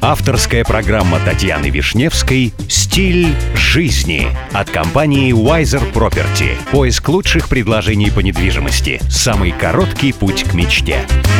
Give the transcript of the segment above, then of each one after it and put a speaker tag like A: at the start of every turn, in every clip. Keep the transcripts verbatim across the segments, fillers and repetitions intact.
A: Авторская программа Татьяны Вишневской «Стиль жизни» от компании Wiser Property. Поиск лучших предложений по недвижимости. Самый короткий путь к мечте.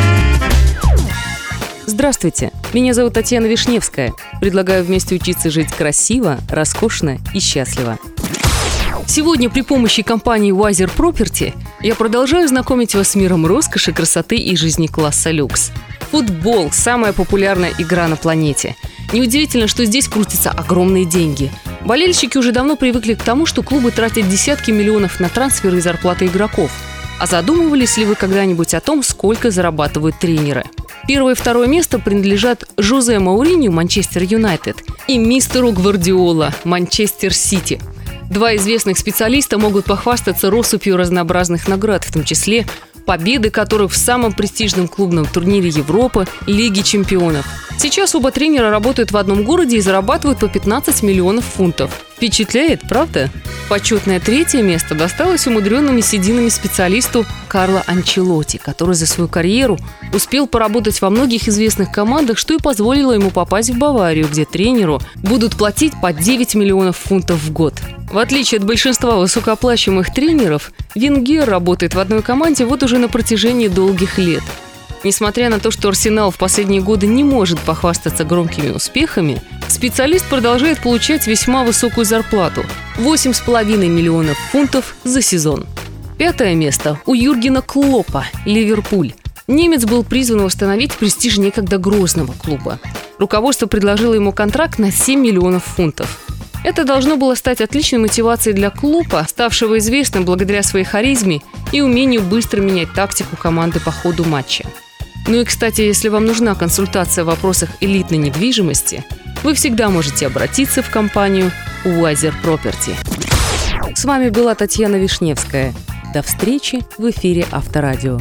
B: Здравствуйте, меня зовут Татьяна Вишневская. Предлагаю вместе учиться жить красиво, роскошно и счастливо. Сегодня при помощи компании Wiser Property я продолжаю знакомить вас с миром роскоши, красоты и жизни класса люкс. Футбол – самая популярная игра на планете. Неудивительно, что здесь крутятся огромные деньги. Болельщики уже давно привыкли к тому, что клубы тратят десятки миллионов на трансферы и зарплаты игроков. А задумывались ли вы когда-нибудь о том, сколько зарабатывают тренеры? Первое и второе место принадлежат Жозе Мауринью, Манчестер Юнайтед, и мистеру Гвардиола, Манчестер Сити. Два известных специалиста могут похвастаться россыпью разнообразных наград, в том числе победы которых в самом престижном клубном турнире Европы – Лиге чемпионов. Сейчас оба тренера работают в одном городе и зарабатывают по пятнадцать миллионов фунтов. Впечатляет, правда? Почетное третье место досталось умудренными сединами специалисту Карло Анчелотти, который за свою карьеру успел поработать во многих известных командах, что и позволило ему попасть в Баварию, где тренеру будут платить по девять миллионов фунтов в год. В отличие от большинства высокооплачиваемых тренеров, Венгер работает в одной команде вот уже на протяжении долгих лет. Несмотря на то, что Арсенал в последние годы не может похвастаться громкими успехами, специалист продолжает получать весьма высокую зарплату – восемь с половиной миллионов фунтов за сезон. Пятое место у Юргена Клоппа, Ливерпуль. Немец был призван восстановить престиж некогда грозного клуба. Руководство предложило ему контракт на семь миллионов фунтов. Это должно было стать отличной мотивацией для Клоппа, ставшего известным благодаря своей харизме и умению быстро менять тактику команды по ходу матча. Ну и, кстати, если вам нужна консультация в вопросах элитной недвижимости, вы всегда можете обратиться в компанию Wiser Property. С вами была Татьяна Вишневская. До встречи в эфире Авторадио.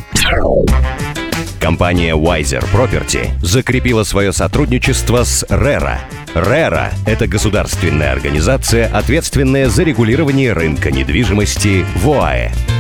A: Компания Wiser Property закрепила свое сотрудничество с рера. рера – это государственная организация, ответственная за регулирование рынка недвижимости в ОАЭ.